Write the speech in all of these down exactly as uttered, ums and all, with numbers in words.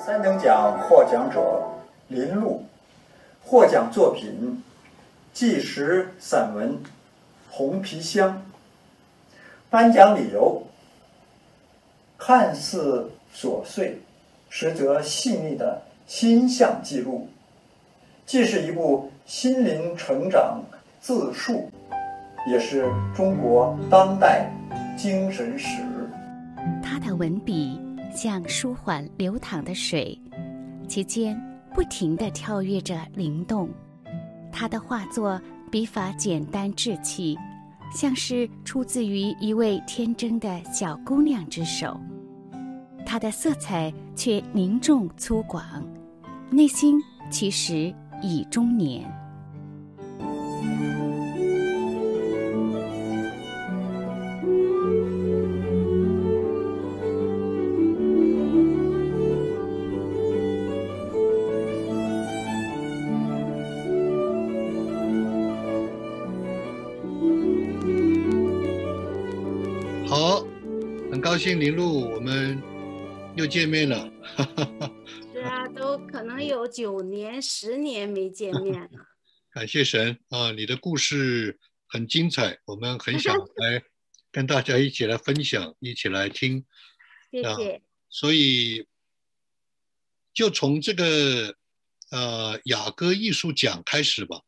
三等奖获奖者林禄，获奖作品纪实散文《红皮箱》。颁奖理由：看似琐碎，实则细腻的心象记录，既是一部心灵成长自述，也是中国当代精神史。 他的文笔像舒缓流淌的水，其间不停地跳跃着灵动。他的画作笔法简单稚气，像是出自于一位天真的小姑娘之手。他的色彩却凝重粗犷，内心其实已中年。 好，很高兴林禄我们又见面了。 是啊，都可能有九年、十年没见面了。 感谢神啊，你的故事很精彩，我们很想来跟大家一起来分享，一起来听。 谢谢。 啊、所以就从这个呃雅歌艺术奖开始吧。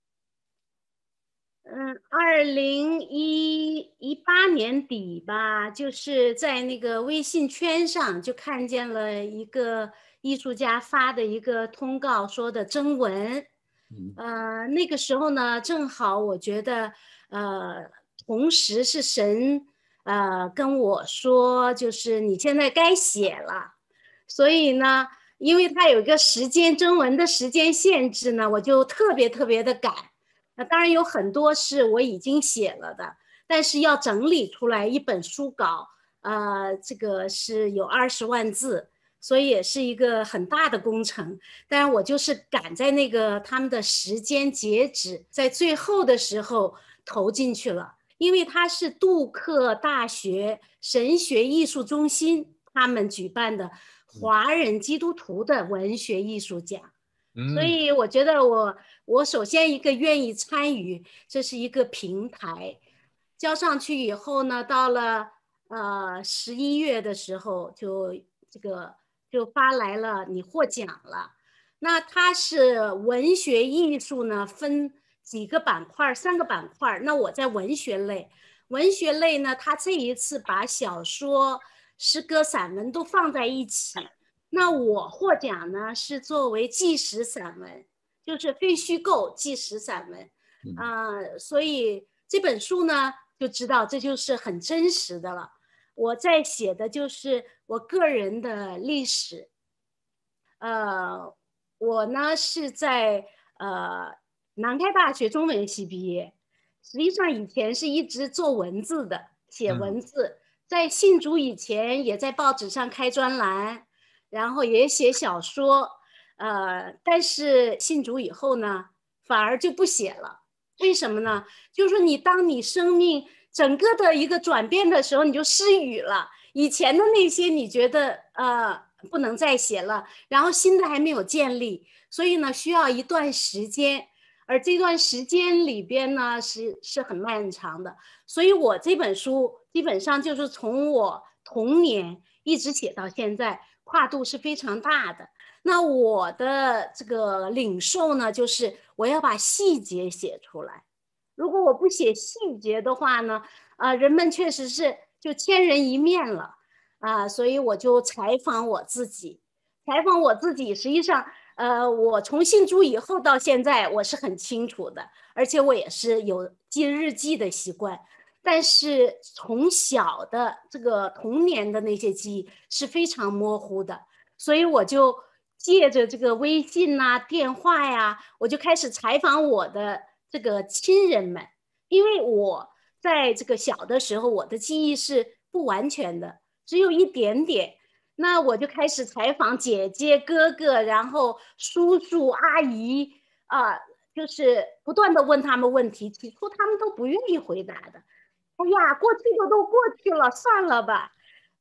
嗯，二零一一八年底吧，就是在那个微信圈上就看见了一个艺术家发的一个通告，说的征文。呃，那个时候呢，正好我觉得，呃，同时是神，呃，跟我说，就是你现在该写了，所以呢，因为他有一个时间征文的时间限制呢，我就特别特别的赶。那当然有很多是我已经写了的，但是要整理出来一本书稿，呃，这个是有二十万字。所以也是一个很大的工程，但是我就是赶在那个他们的时间截止，在最后的时候投进去了，因为它是杜克大学神学艺术中心他们举办的华人基督徒的文学艺术奖，所以我觉得我我首先一个愿意参与，这是一个平台，交上去以后呢，到了呃十一月的时候就这个。就发来了，你获奖了。那它是文学艺术呢，分几个板块，三个板块。那我在文学类，文学类呢，它这一次把小说、诗歌、散文都放在一起。那我获奖呢，是作为纪实散文，就是非虚构纪实散文啊、呃，所以这本书呢，就知道这就是很真实的了。我在写的就是我个人的历史，呃，我呢是在呃南开大学中文系毕业，实际上以前是一直做文字的，写文字，在信主以前也在报纸上开专栏，然后也写小说，呃，但是信主以后呢，反而就不写了，为什么呢？就是说你当你生命整个的一个转变的时候，你就失语了。以前的那些你觉得呃不能再写了，然后新的还没有建立，所以呢需要一段时间，而这段时间里边呢是是很漫长的。所以我这本书基本上就是从我童年一直写到现在，跨度是非常大的。那我的这个领受呢，就是我要把细节写出来。如果我不写细节的话呢，啊、呃，人们确实是就千人一面了啊、呃，所以我就采访我自己，采访我自己。实际上，呃，我从信主以后到现在，我是很清楚的，而且我也是有记日记的习惯。但是从小的这个童年的那些记忆是非常模糊的，所以我就借着这个微信啊、电话呀，我就开始采访我的这个亲人们，因为我在这个小的时候，我的记忆是不完全的，只有一点点。那我就开始采访姐姐、哥哥，然后叔叔、阿姨啊、呃，就是不断的问他们问题，起初他们都不愿意回答的。哎呀，过去的都过去了，算了吧。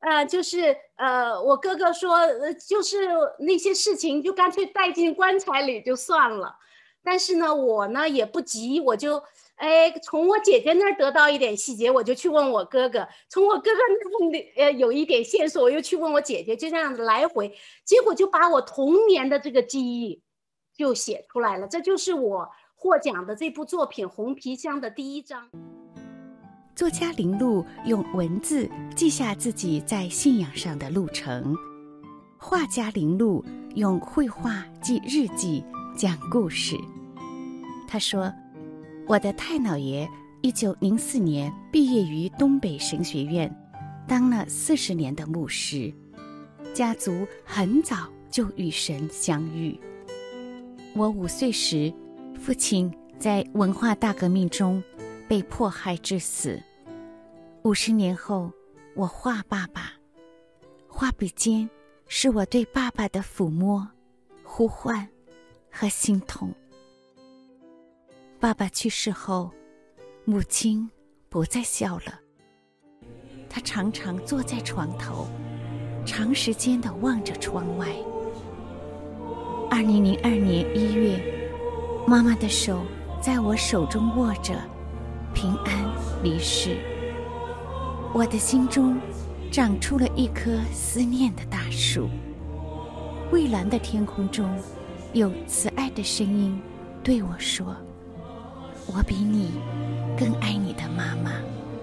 呃，就是呃，我哥哥说，呃，就是那些事情就干脆带进棺材里就算了。但是呢，我呢也不急，我就哎从我姐姐那儿得到一点细节，我就去问我哥哥；从我哥哥那里呃有一点线索，我又去问我姐姐，就这样子来回，结果就把我童年的这个记忆就写出来了。这就是我获奖的这部作品《红皮箱》的第一章。 作家林露用文字记下自己在信仰上的路程，画家林露用绘画记日记讲故事。他说，我的太姥爷一九零四年毕业于东北神学院，当了四十年的牧师，家族很早就与神相遇。我五岁时，父亲在文化大革命中被迫害致死。五十年后，我画爸爸，画笔尖是我对爸爸的抚摸、呼唤和心痛。爸爸去世后，母亲不再笑了，她常常坐在床头，长时间地望着窗外。二零零二年一月，妈妈的手在我手中握着，平安离世。我的心中长出了一棵思念的大树。蔚蓝的天空中，有慈爱的声音对我说：我比你更爱你的妈妈。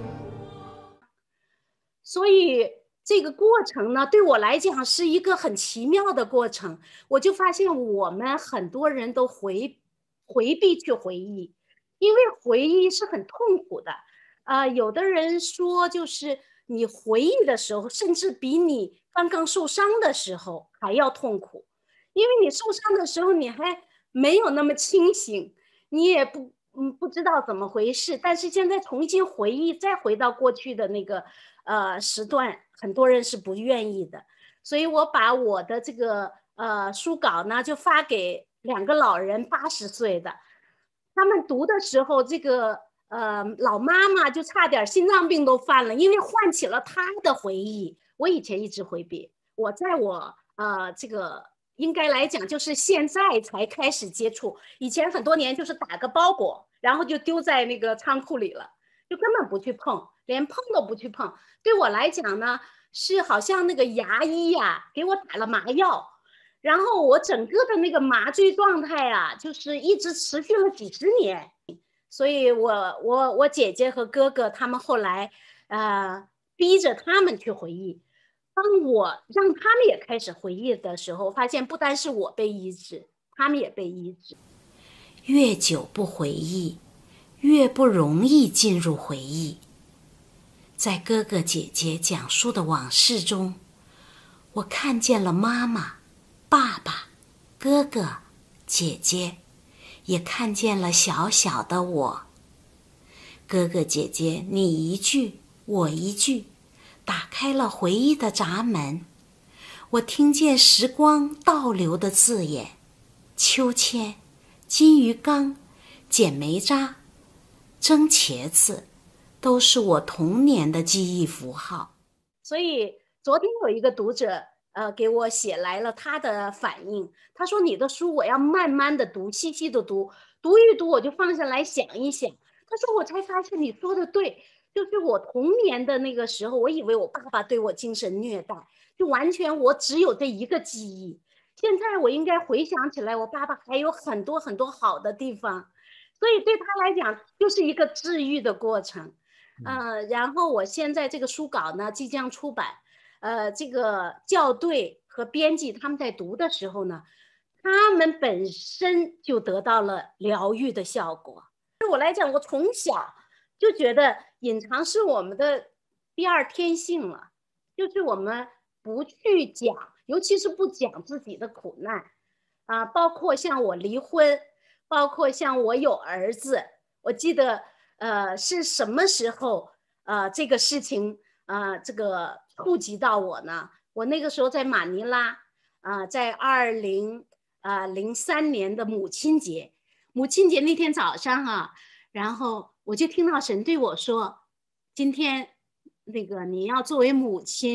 所以这个过程呢，对我来讲是一个很奇妙的过程。我就发现我们很多人都回回避去回忆，因为回忆是很痛苦的。呃，有的人说，就是你回忆的时候，甚至比你刚刚受伤的时候还要痛苦，因为你受伤的时候你还没有那么清醒，你也不嗯不知道怎么回事。但是现在重新回忆，再回到过去的那个呃时段，很多人是不愿意的。所以我把我的这个呃书稿呢，就发给两个老人，八十岁的，他们读的时候，这个。呃，老妈妈就差点心脏病都犯了，因为唤起了她的回忆。我以前一直回避，我在我呃这个应该来讲就是现在才开始接触，以前很多年就是打个包裹，然后就丢在那个仓库里了，就根本不去碰，连碰都不去碰。对我来讲呢，是好像那个牙医呀、啊、给我打了麻药，然后我整个的那个麻醉状态啊，就是一直持续了几十年。所以我我我姐姐和哥哥他们后来呃逼着他们去回忆，当我让他们也开始回忆的时候，发现不单是我被医治，他们也被医治。 越久不回忆，越不容易进入回忆。在哥哥姐姐讲述的往事中，我看见了妈妈、爸爸、哥哥、姐姐，也看见了小小的我。哥哥姐姐你一句我一句，打开了回忆的闸门。我听见时光倒流的字眼，秋千、金鱼缸、捡煤渣、蒸茄子，都是我童年的记忆符号。 所以昨天有一个读者呃，给我写来了他的反应。他说：“你的书我要慢慢的读，细细的读，读一读我就放下来想一想。”他说：“我才发现你说的对，就是我童年的那个时候，我以为我爸爸对我精神虐待，就完全我只有这一个记忆。现在我应该回想起来，我爸爸还有很多很多好的地方，所以对他来讲就是一个治愈的过程。呃，然后我现在这个书稿呢即将出版。”呃，这个校对和编辑他们在读的时候呢，他们本身就得到了疗愈的效果。对我来讲，我从小就觉得隐藏是我们的第二天性了，就是我们不去讲，尤其是不讲自己的苦难啊，包括像我离婚，包括像我有儿子。我记得呃是什么时候呃这个事情呃这个触及到我呢？我那个时候在马尼拉，啊、呃，在二零啊零三年的母亲节，母亲节那天早上哈、啊，然后我就听到神对我说：“今天那个你要作为母亲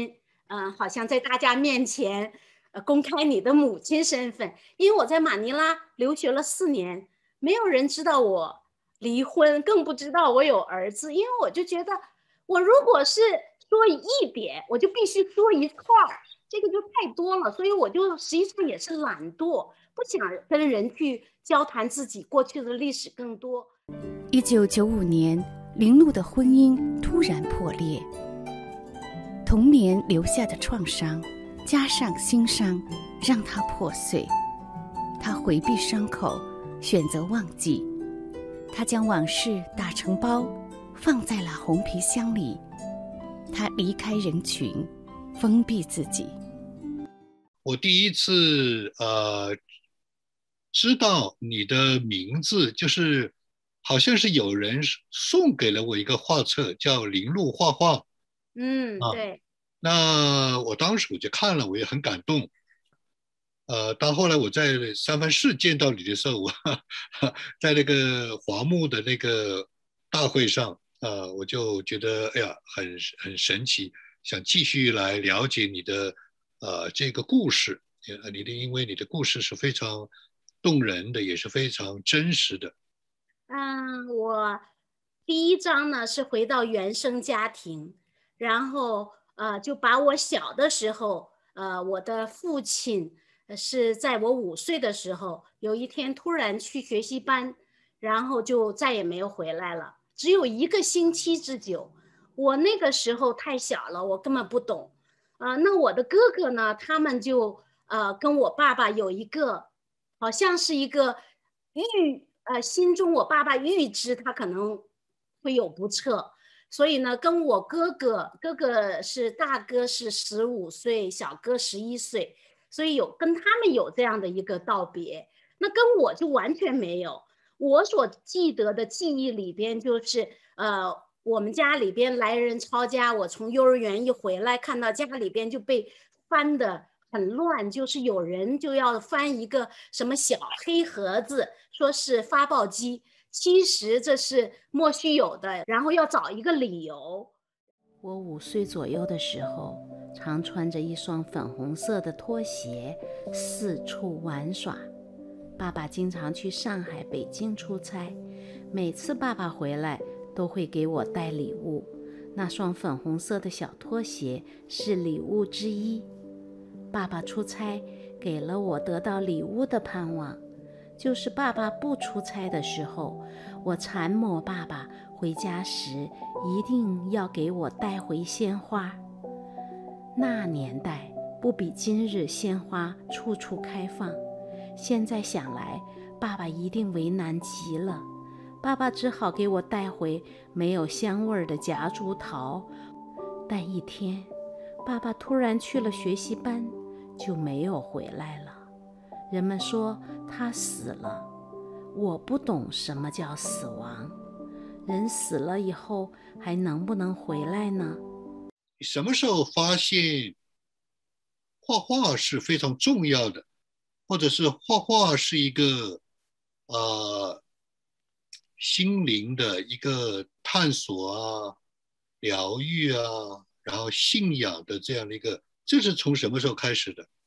嗯、呃，好像在大家面前呃公开你的母亲身份，因为我在马尼拉留学了四年，没有人知道我离婚，更不知道我有儿子，因为我就觉得我如果是说一点，我就必须说一块儿，这个就太多了，所以我就实际上也是懒惰，不想跟人去交谈自己过去的历史更多。 一九九五年，林露的婚姻突然破裂，童年留下的创伤加上心伤，让她破碎。她回避伤口，选择忘记。她将往事打成包，放在了红皮箱里。她离开人群，封闭自己。 我第一次呃知道你的名字，就是好像是有人送给了我一个画册，叫《林露画画》。 嗯， 啊， 对。 那我当时我就看了，我也很感动。呃，到后来我在三藩市见到你的时候，我在那个华牧的那个大会上，呃，我就觉得哎呀，很很神奇，想继续来了解你的呃这个故事。呃，你的因为你的故事是非常动人的，也是非常真实的。 嗯，我第一章呢是回到原生家庭，然后呃就把我小的时候，呃我的父亲是在我五岁的时候，有一天突然去学习班，然后就再也没有回来了，只有一个星期之久。我那个时候太小了，我根本不懂。呃，那我的哥哥呢，他们就呃跟我爸爸有一个，好像是一个预呃心中我爸爸预知他可能会有不测，所以呢，跟我哥哥，哥哥是大哥是十五岁，小哥十一岁，所以有跟他们有这样的一个道别。那跟我就完全没有。我所记得的记忆里边就是呃。我们家里边来人抄家，我从幼儿园一回来，看到家里边就被翻得很乱，就是有人就要翻一个什么小黑盒子，说是发报机，其实这是莫须有的，然后要找一个理由。 我五岁左右的时候，常穿着一双粉红色的拖鞋四处玩耍。爸爸经常去上海、北京出差，每次爸爸回来都会给我带礼物，那双粉红色的小拖鞋是礼物之一。爸爸出差给了我得到礼物的盼望，就是爸爸不出差的时候，我缠磨爸爸回家时一定要给我带回鲜花。那年代不比今日鲜花处处开放，现在想来，爸爸一定为难极了。爸爸只好给我带回没有香味的夹竹桃，但一天，爸爸突然去了学习班，就没有回来了。人们说他死了，我不懂什么叫死亡。人死了以后还能不能回来呢？ 你什么时候发现画画是非常重要的，或者是画画是一个呃心灵的一个探索啊、疗愈啊，然后信仰的这样的一个，这是从什么时候开始的？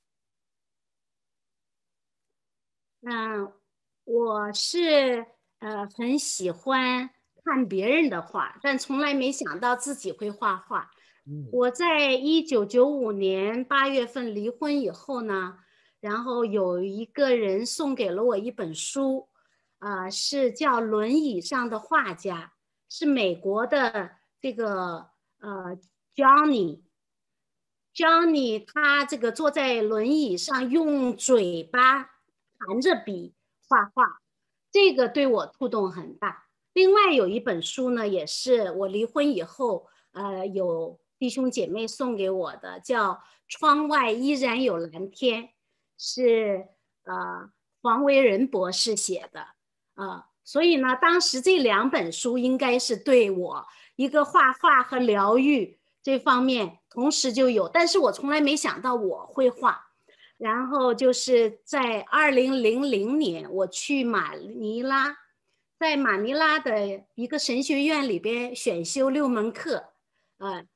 嗯，我是呃很喜欢看别人的画，但从来没想到自己会画画。 嗯， 我在一九九五年八月份离婚以后呢，然后有一个人送给了我一本书，呃，是叫《轮椅上的画家》，是美国的这个呃 Johnny。Johnny 他这个坐在轮椅上，用嘴巴含着笔画画，这个对我触动很大。另外有一本书呢，也是我离婚以后，呃，有弟兄姐妹送给我的，叫《窗外依然有蓝天》，是呃黄维仁博士写的，呃，所以呢，当时这两本书应该是对我一个画画和疗愈这方面同时就有，但是我从来没想到我会画。然后就是在二零零零年，我去马尼拉，在马尼拉的一个神学院里边选修六门课，呃，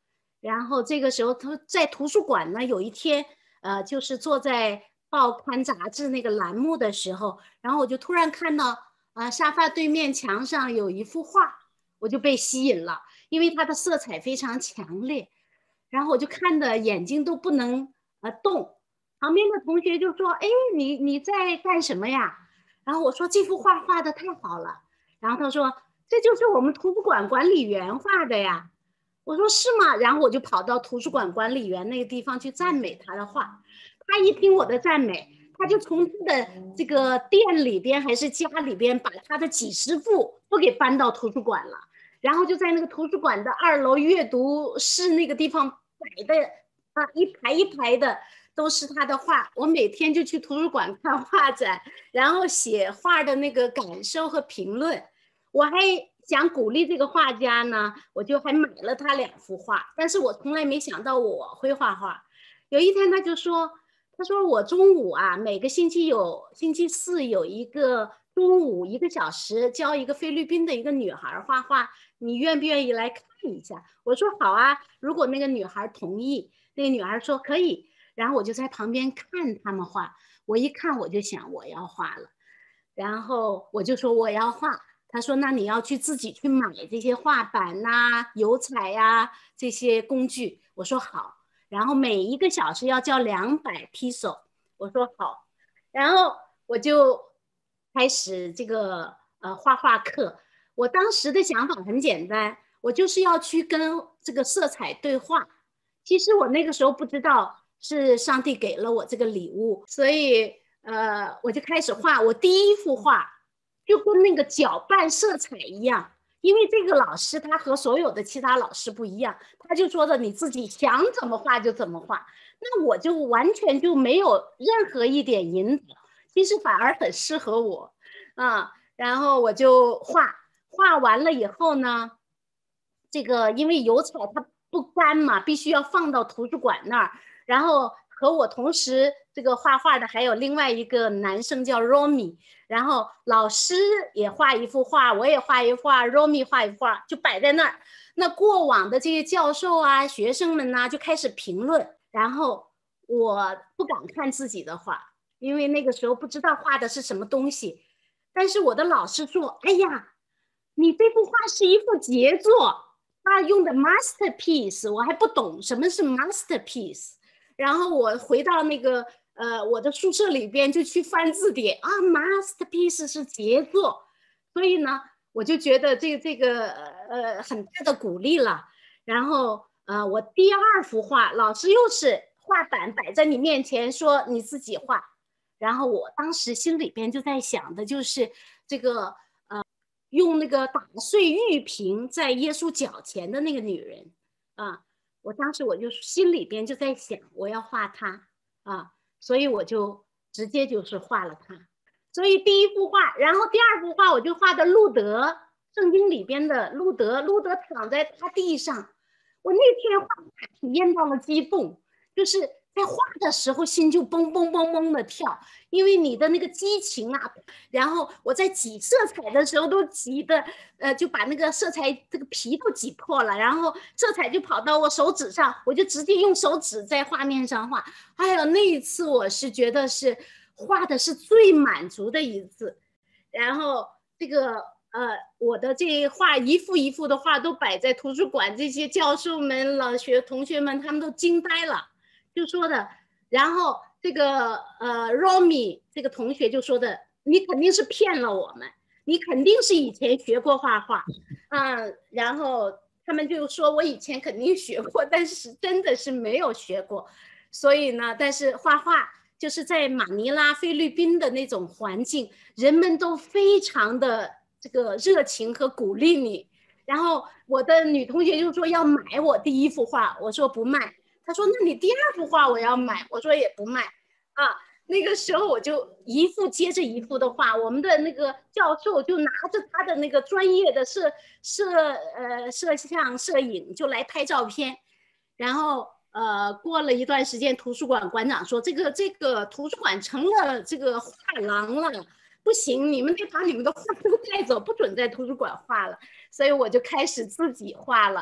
然后这个时候他在图书馆呢，有一天呃就是坐在报刊杂志那个栏目的时候，然后我就突然看到啊、呃、沙发对面墙上有一幅画，我就被吸引了，因为它的色彩非常强烈，然后我就看的眼睛都不能呃动。旁边的同学就说：“哎，你你在干什么呀？”然后我说：“这幅画画的太好了。”然后他说：“这就是我们图书馆管理员画的呀。”我说：“是吗？”然后我就跑到图书馆管理员那个地方去赞美他的画。他一听我的赞美，他就从他的这个店里边还是家里边把他的几十幅都给搬到图书馆了，然后就在那个图书馆的二楼阅读室那个地方摆的啊，一排一排的都是他的画。我每天就去图书馆看画展，然后写画的那个感受和评论。我还想鼓励这个画家呢，我就还买了他两幅画，但是我从来没想到我会画画。有一天他就说，他说我中午啊，每个星期有星期四有一个中午一个小时教一个菲律宾的一个女孩画画，你愿不愿意来看一下？我说好啊，如果那个女孩同意。那个女孩说可以，然后我就在旁边看他们画，我一看我就想我要画了，然后我就说我要画。他说那你要去自己去买这些画板呐、油彩呀、啊、这些工具。我说好，然后每一个小时要交两百披索。我说好，然后我就开始这个呃画画课。我当时的想法很简单，我就是要去跟这个色彩对话。其实我那个时候不知道是上帝给了我这个礼物，所以呃我就开始画。我第一幅画就跟那个搅拌色彩一样，因为这个老师他和所有的其他老师不一样，他就说的你自己想怎么画就怎么画。那我就完全就没有任何一点引导，其实反而很适合我啊。然后我就画，画完了以后呢，这个因为油彩它不干嘛，必须要放到图书馆那儿。然后和我同时这个画画的还有另外一个男生叫 Romy， 然后老师也画一幅画，我也画一幅画， Romy 画一幅画，就摆在那儿。那过往的这些教授啊学生们呢就开始评论，然后我不敢看自己的画，因为那个时候不知道画的是什么东西。但是我的老师说，哎呀，你这幅画是一幅杰作，他用的 masterpiece， 我还不懂什么是 masterpiece。 然后我回到那个呃我的宿舍里边就去翻字典啊 masterpiece 是杰作，所以呢我就觉得这个这个呃很大的鼓励了。然后呃我第二幅画老师又是画板摆在你面前说你自己画，然后我当时心里边就在想的就是这个呃用那个打碎玉瓶在耶稣脚前的那个女人啊，我当时我就心里边就在想我要画她啊，所以我就直接就是画了她。所以第一幅画，然后第二幅画我就画的路德，圣经里边的路德，路德躺在他地上。我那天画体验到了激动，就是在画的时候心就蹦蹦蹦蹦的跳，因为你的那个激情啊，然后我在挤色彩的时候都挤的呃，就把那个色彩这个皮都挤破了，然后色彩就跑到我手指上，我就直接用手指在画面上画。还有那一次我是觉得是画的是最满足的一次。然后这个呃，我的这画一幅一幅的画都摆在图书馆，这些教授们老学同学们他们都惊呆了，就说的。然后这个呃 Romy 这个同学就说的，你肯定是骗了我们，你肯定是以前学过画画啊、呃。然后他们就说我以前肯定学过，但是真的是没有学过。所以呢，但是画画就是在马尼拉菲律宾的那种环境，人们都非常的这个热情和鼓励你。然后我的女同学就说要买我第一幅画，我说不卖。她说那你第二幅画我要买，我说也不卖啊。那个时候我就一幅接着一幅的画，我们的那个教授就拿着他的那个专业的摄摄呃摄像摄影就来拍照片。然后呃，过了一段时间，图书馆馆长说：“这个这个图书馆成了这个画廊了，不行，你们得把你们的画都带走，不准在图书馆画了。”所以我就开始自己画了。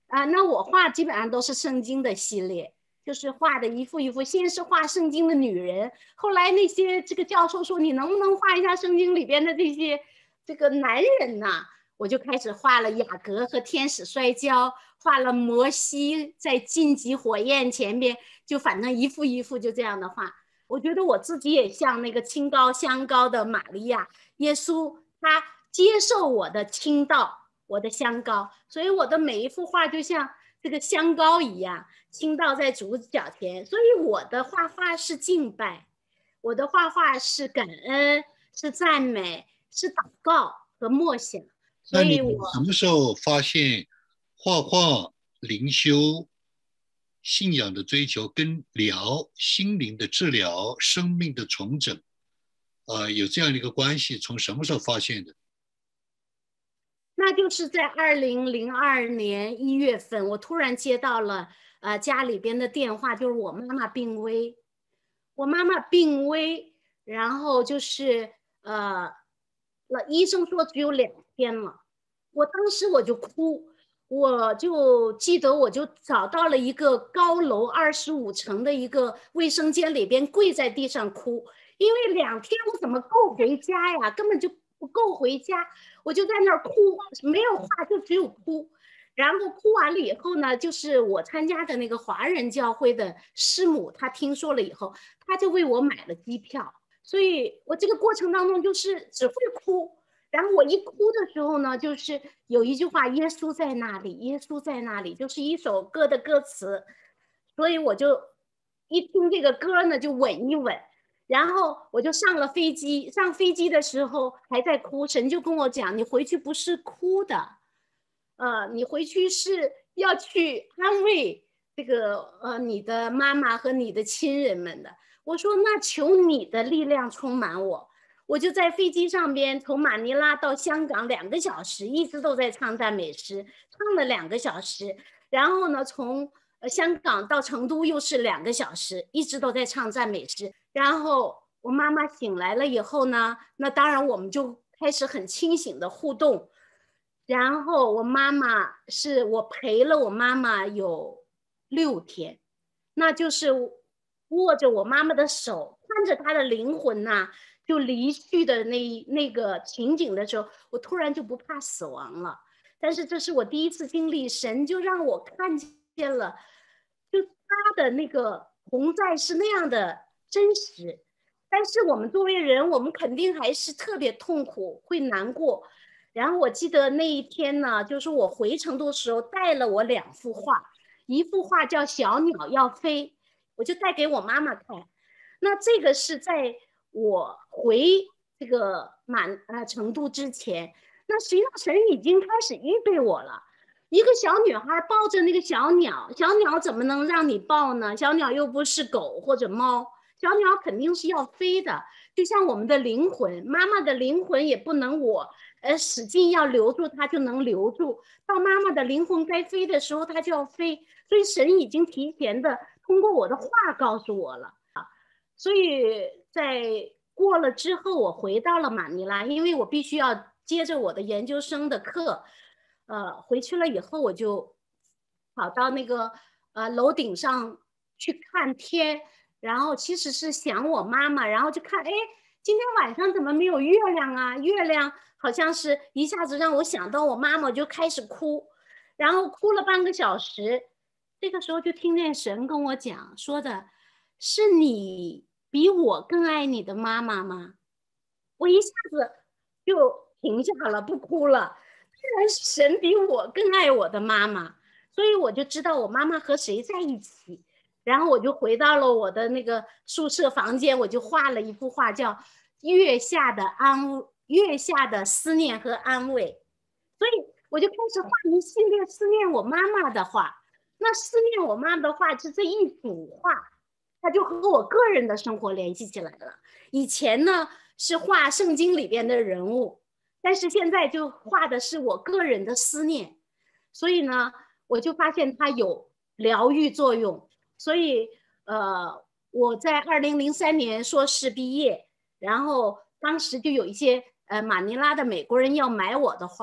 啊，那我画基本上都是圣经的系列，就是画的一幅一幅，先是画圣经的女人，后来那些这个教授说你能不能画一下圣经里边的这些这个男人呐、啊，我就开始画了雅各和天使摔跤，画了摩西在荆棘火焰前边，就反正一幅一幅就这样的画。我觉得我自己也像那个清高香膏的玛利亚，耶稣他接受我的倾倒，我的香膏，所以我的每一幅画就像这个香膏一样倾倒在主脚前。所以我的画画是敬拜，我的画画是感恩，是赞美，是祷告和默想。所以我什么时候发现画画、灵修、信仰的追求跟疗心灵的治疗、生命的重整，呃，有这样的一个关系？从什么时候发现的？ 那就是在二零零二年一月份，我突然接到了呃家里边的电话，就是我妈妈病危，我妈妈病危，然后就是呃，了医生说只有两天了，我当时我就哭，我就记得我就找到了一个高楼二十五层的一个卫生间里边跪在地上哭，因为两天我怎么够回家呀，根本就不够回家。我就在那儿哭，没有话就只有哭，然后哭完了以后呢，就是我参加的那个华人教会的师母，她听说了以后，她就为我买了机票，所以我这个过程当中就是只会哭，然后我一哭的时候呢，就是有一句话，耶稣在那里，耶稣在那里，就是一首歌的歌词，所以我就一听这个歌呢，就吻一吻。然后我就上了飞机，上飞机的时候还在哭，神就跟我讲，你回去不是哭的，呃，你回去是要去安慰这个呃你的妈妈和你的亲人们的。我说那求你的力量充满我，我就在飞机上边从马尼拉到香港两个小时，一直都在唱赞美诗，唱了两个小时，然后呢从呃香港到成都又是两个小时，一直都在唱赞美诗。然后我妈妈醒来了以后呢，那当然我们就开始很清醒的互动。然后我妈妈是我陪了我妈妈有六天，那就是握着我妈妈的手，看着她的灵魂呐、啊，就离去的那那个情景的时候，我突然就不怕死亡了。但是这是我第一次经历，神就让我看见了，就他的那个同在是那样的真实，但是我们作为人，我们肯定还是特别痛苦，会难过。然后我记得那一天呢，就是我回成都的时候带了我两幅画，一幅画叫《小鸟要飞》，我就带给我妈妈看。那这个是在我回这个满啊成都之前，那实际上神已经开始预备我了。一个小女孩抱着那个小鸟，小鸟怎么能让你抱呢？小鸟又不是狗或者猫。小鸟肯定是要飞的，就像我们的灵魂，妈妈的灵魂也不能我呃使劲要留住它就能留住，到妈妈的灵魂该飞的时候它就要飞，所以神已经提前的通过我的话告诉我了。所以在过了之后，我回到了马尼拉，因为我必须要接着我的研究生的课，呃，回去了以后我就跑到那个呃楼顶上去看天。然后其实是想我妈妈，然后就看，哎，今天晚上怎么没有月亮啊？月亮好像是一下子让我想到我妈妈，我就开始哭，然后哭了半个小时。这个时候就听见神跟我讲，说的是你比我更爱你的妈妈吗？我一下子就停下了，不哭了。居然是神比我更爱我的妈妈，所以我就知道我妈妈和谁在一起。然后我就回到了我的那个宿舍房间，我就画了一幅画，叫《月下的安月下的思念和安慰》。所以我就开始画一系列思念我妈妈的画。那思念我妈妈的画是这一组画，它就和我个人的生活联系起来了。以前呢是画圣经里边的人物，但是现在就画的是我个人的思念。所以呢，我就发现它有疗愈作用。所以，呃，我在二零零三年硕士毕业，然后当时就有一些呃马尼拉的美国人要买我的画，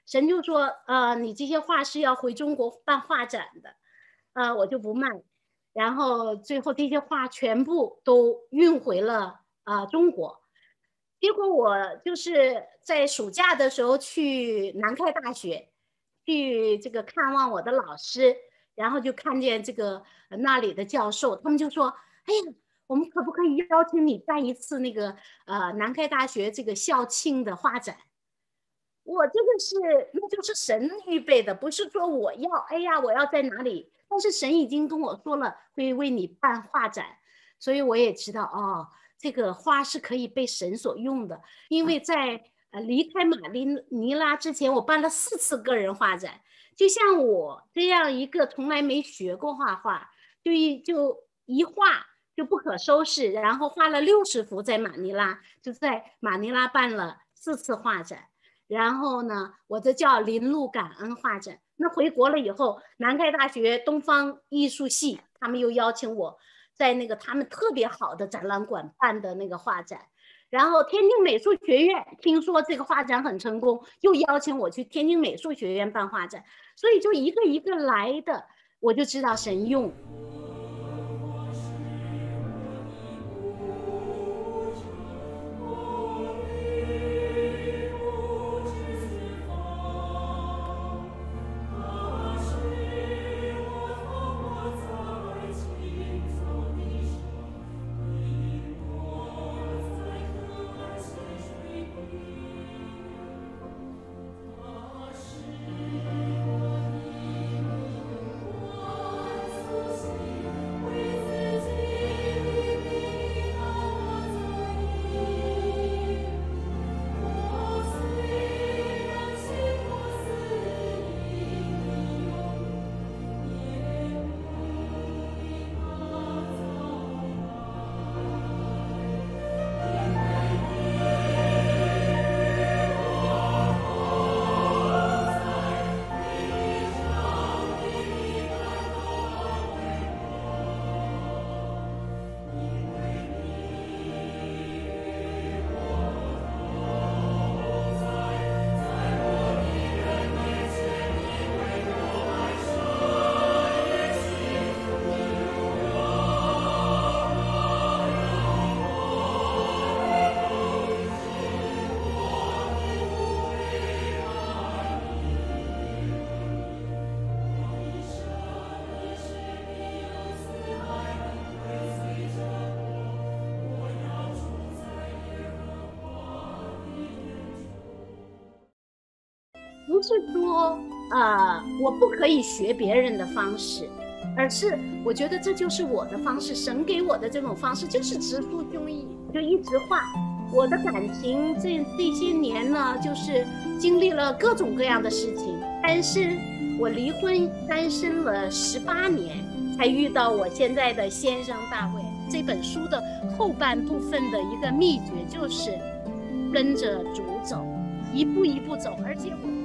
神就说，呃，你这些画是要回中国办画展的，呃，我就不卖。然后最后这些画全部都运回了啊、呃、中国。结果我就是在暑假的时候去南开大学，去这个看望我的老师，然后就看见这个那里的教授，他们就说：“哎呀，我们可不可以邀请你办一次那个呃南开大学这个校庆的画展？”我这个是那就是神预备的，不是说我要哎呀我要在哪里，但是神已经跟我说了会为你办画展，所以我也知道哦。这个花是可以被神所用的，因为在呃离开马尼拉之前，我办了四次个人画展。就像我这样一个从来没学过画画，就一就一画就不可收拾，然后画了六十幅在马尼拉，就在马尼拉办了四次画展。然后呢，我这叫林路感恩画展。那回国了以后，南开大学东方艺术系他们又邀请我。在那个他们特别好的展览馆办的那个画展，然后天津美术学院听说这个画展很成功，又邀请我去天津美术学院办画展，所以就一个一个来的，我就知道神用。不是说呃我不可以学别人的方式，而是我觉得这就是我的方式，神给我的这种方式就是直抒胸臆，就一直画。我的感情这这些年呢，就是经历了各种各样的事情，单身，我离婚单身了十八年，才遇到我现在的先生大卫。这本书的后半部分的一个秘诀就是跟着主走，一步一步走，而且我。